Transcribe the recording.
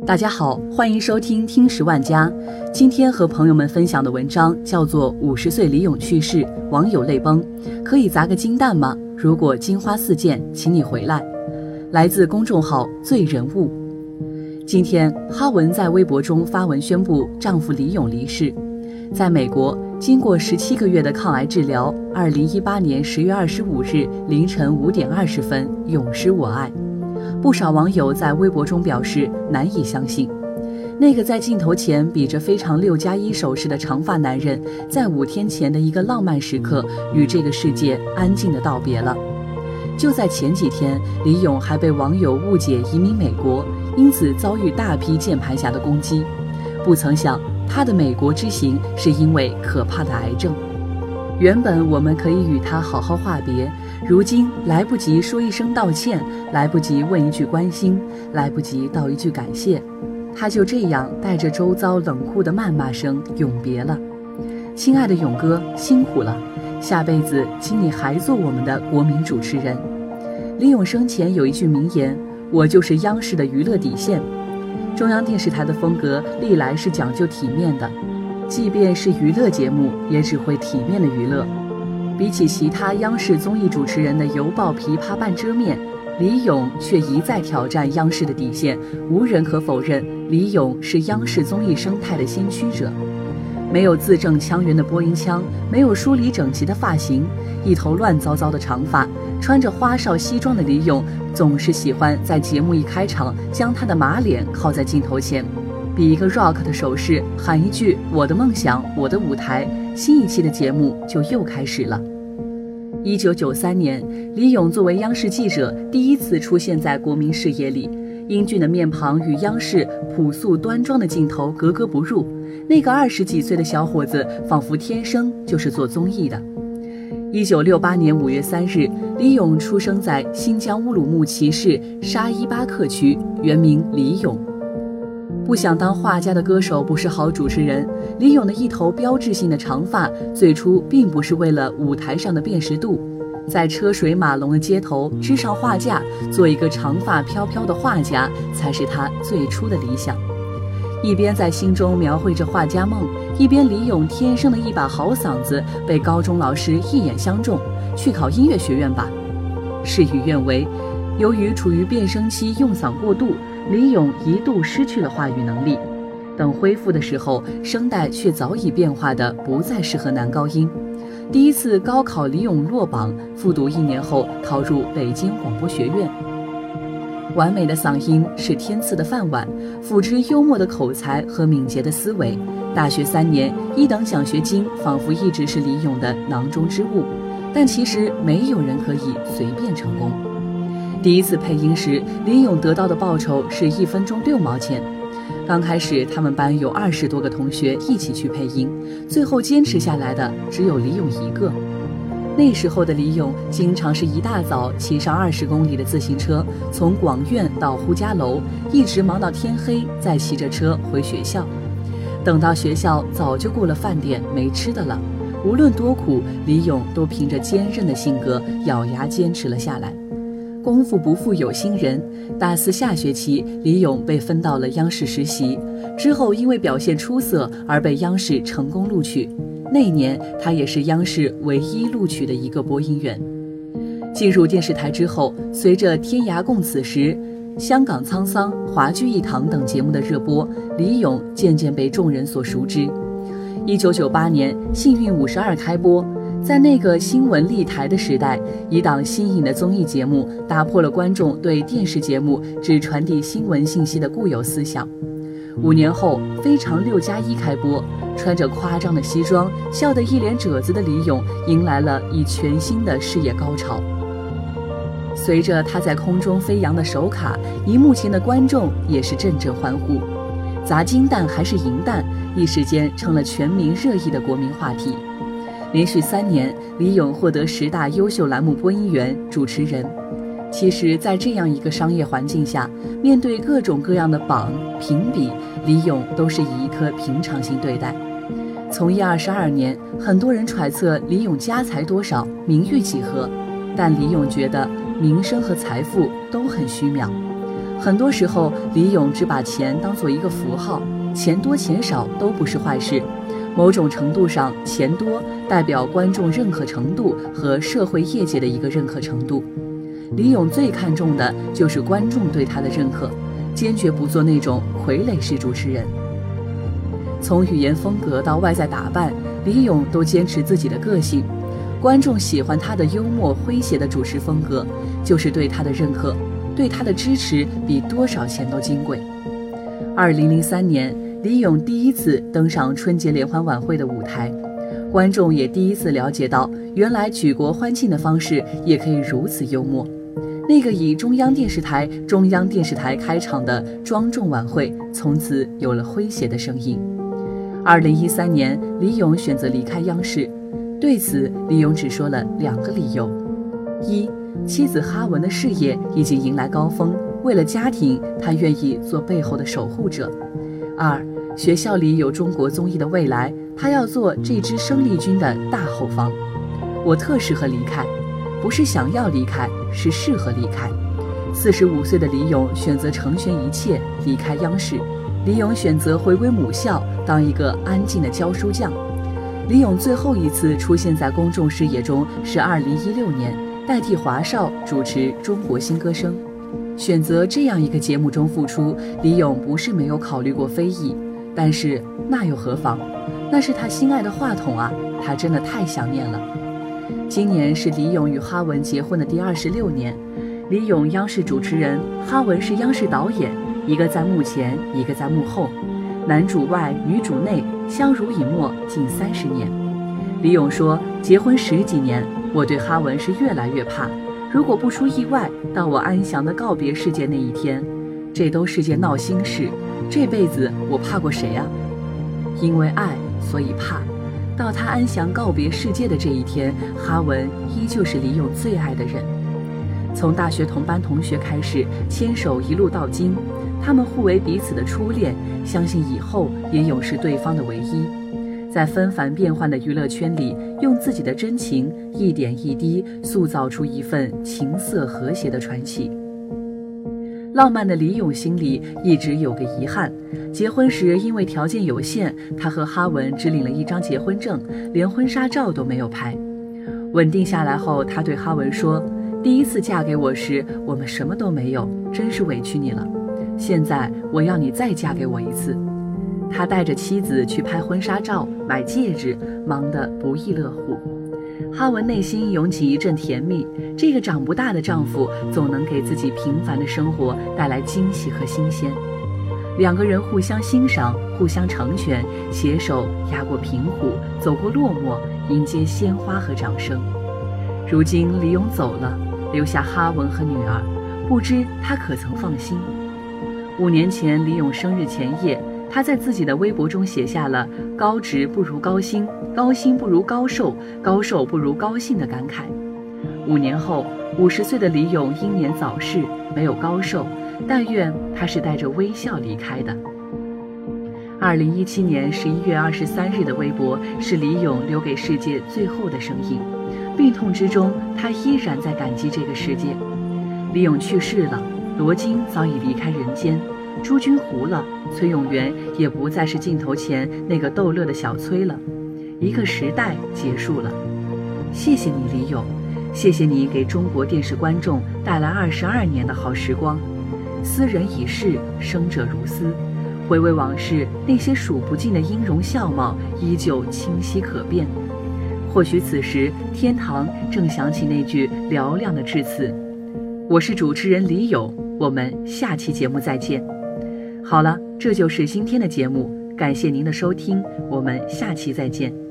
大家好，欢迎收听听10万加。今天和朋友们分享的文章叫做50岁李咏去世，网友泪崩，可以砸个金蛋吗？如果金花四溅，请你回来。来自公众号醉人物。今天哈文在微博中发文宣布丈夫李咏离世。在美国，经过17个月的抗癌治疗，2018年10月25日凌晨5点20分永失我爱。不少网友在微博中表示难以相信，那个在镜头前比着非常6+1手势的长发男人，在5天前的一个浪漫时刻与这个世界安静地道别了。就在前几天，李咏还被网友误解移民美国，因此遭遇大批键盘侠的攻击。不曾想，他的美国之行是因为可怕的癌症。原本我们可以与他好好话别，如今来不及说一声道歉，来不及问一句关心，来不及道一句感谢，他就这样带着周遭冷酷的谩骂声永别了。亲爱的勇哥，辛苦了，下辈子请你还做我们的国民主持人。李咏生前有一句名言，我就是央视的娱乐底线。中央电视台的风格历来是讲究体面的，即便是娱乐节目，也只会体面的娱乐。比起其他央视综艺主持人的犹抱琵琶半遮面，李咏却一再挑战央视的底线。无人可否认，李咏是央视综艺生态的先驱者。没有字正腔圆的播音腔，没有梳理整齐的发型，一头乱糟糟的长发，穿着花哨西装的李咏总是喜欢在节目一开场将他的马脸靠在镜头前，比一个 rock 的手势，喊一句我的梦想我的舞台，新一期的节目就又开始了。1993年，李咏作为央视记者第一次出现在国民视野里，英俊的面庞与央视朴素端庄的镜头格格不入，那个20几岁的小伙子仿佛天生就是做综艺的。1968年5月3日，李咏出生在新疆乌鲁木齐市沙依巴克区，原名李咏。不想当画家的歌手不是好主持人，李咏的一头标志性的长发最初并不是为了舞台上的辨识度，在车水马龙的街头支上画架，做一个长发飘飘的画家才是他最初的理想。一边在心中描绘着画家梦，一边李咏天生的一把好嗓子被高中老师一眼相中，去考音乐学院吧。事与愿违，由于处于变声期用嗓过度，李咏一度失去了话语能力。等恢复的时候，声带却早已变化的不再适合男高音。第一次高考李咏落榜，复读1年后考入北京广播学院。完美的嗓音是天赐的饭碗，辅之幽默的口才和敏捷的思维。大学3年1等奖学金仿佛一直是李咏的囊中之物，但其实没有人可以随便成功。第一次配音时，李咏得到的报酬是1分钟6毛钱。刚开始他们班有20多个同学一起去配音，最后坚持下来的只有李咏一个。那时候的李咏经常是一大早骑上20公里的自行车，从广院到呼家楼，一直忙到天黑，再骑着车回学校。等到学校早就过了饭点，没吃的了。无论多苦，李咏都凭着坚韧的性格咬牙坚持了下来。功夫不负有心人，大4下学期，李咏被分到了央视实习，之后因为表现出色而被央视成功录取。那年他也是央视唯一录取的一个播音员。进入电视台之后，随着《天涯共此时》、《香港沧桑》、《华剧一堂》等节目的热播，李咏渐渐被众人所熟知。1998年，《幸运52》开播。在那个新闻立台的时代，一档新颖的综艺节目打破了观众对电视节目只传递新闻信息的固有思想。5年后，《非常6+1》开播，穿着夸张的西装，笑得一脸褶子的李咏迎来了以全新的事业高潮。随着他在空中飞扬的手卡，荧幕前的观众也是阵阵欢呼。砸金蛋还是银蛋，一时间成了全民热议的国民话题。连续3年，李咏获得10大优秀栏目播音员、主持人。其实，在这样一个商业环境下，面对各种各样的榜评比，李咏都是以一颗平常心对待。从业22年，很多人揣测李咏家财多少，名誉几何，但李咏觉得名声和财富都很虚渺。 很多时候，李咏只把钱当做一个符号，钱多钱少都不是坏事。某种程度上，钱多代表观众认可程度和社会业界的一个认可程度。李咏最看重的就是观众对他的认可，坚决不做那种傀儡式主持人。从语言风格到外在打扮，李咏都坚持自己的个性。观众喜欢他的幽默诙谐的主持风格，就是对他的认可，对他的支持比多少钱都金贵。2003年，李咏第一次登上春节联欢晚会的舞台，观众也第一次了解到，原来举国欢庆的方式也可以如此幽默。那个以中央电视台开场的庄重晚会，从此有了诙谐的声音。2013年，李咏选择离开央视，对此，李咏只说了2个理由：一，妻子哈文的事业已经迎来高峰，为了家庭，他愿意做背后的守护者；二，学校里有中国综艺的未来，他要做这支生力军的大后方。我特适合离开，不是想要离开，是适合离开。45岁的李咏选择成全一切，离开央视。李咏选择回归母校，当一个安静的教书匠。李咏最后一次出现在公众视野中是2016年，代替华少主持《中国新歌声》。选择这样一个节目中复出，李咏不是没有考虑过非议，但是那又何妨？那是他心爱的话筒啊，他真的太想念了。今年是李咏与哈文结婚的第26年，李咏央视主持人，哈文是央视导演，一个在幕前，一个在幕后，男主外女主内，相濡以沫近30年。李咏说，结婚10几年，我对哈文是越来越怕，如果不出意外，到我安详地告别世界那一天，这都是件闹心事，这辈子我怕过谁啊？因为爱，所以怕。到他安详告别世界的这一天，哈文依旧是李咏最爱的人。从大学同班同学开始，牵手一路到今，他们互为彼此的初恋，相信以后也永是对方的唯一。在纷繁变幻的娱乐圈里，用自己的真情一点一滴塑造出一份情色和谐的传奇。浪漫的李咏心里一直有个遗憾，结婚时因为条件有限，他和哈文只领了一张结婚证，连婚纱照都没有拍。稳定下来后，他对哈文说，第一次嫁给我时，我们什么都没有，真是委屈你了。现在我要你再嫁给我一次。他带着妻子去拍婚纱照，买戒指，忙得不亦乐乎。哈文内心涌起一阵甜蜜，这个长不大的丈夫总能给自己平凡的生活带来惊喜和新鲜。2个人互相欣赏，互相成全，携手压过平湖，走过落寞，迎接鲜花和掌声。如今李咏走了，留下哈文和女儿，不知他可曾放心。5年前李咏生日前夜，他在自己的微博中写下了“高职不如高薪，高薪不如高寿，高寿不如高兴”的感慨。5年后，50岁的李咏英年早逝，没有高寿，但愿他是带着微笑离开的。2017年11月23日的微博是李咏留给世界最后的声音。病痛之中，他依然在感激这个世界。李咏去世了，罗京早已离开人间，朱军糊了，崔永元也不再是镜头前那个逗乐的小崔了。一个时代结束了。谢谢你，李咏，谢谢你给中国电视观众带来22年的好时光。斯人已逝，生者如斯。回味往事，那些数不尽的音容笑貌依旧清晰可辨。或许此时天堂正响起那句嘹亮的致辞。我是主持人李咏，我们下期节目再见。好了，这就是今天的节目，感谢您的收听，我们下期再见。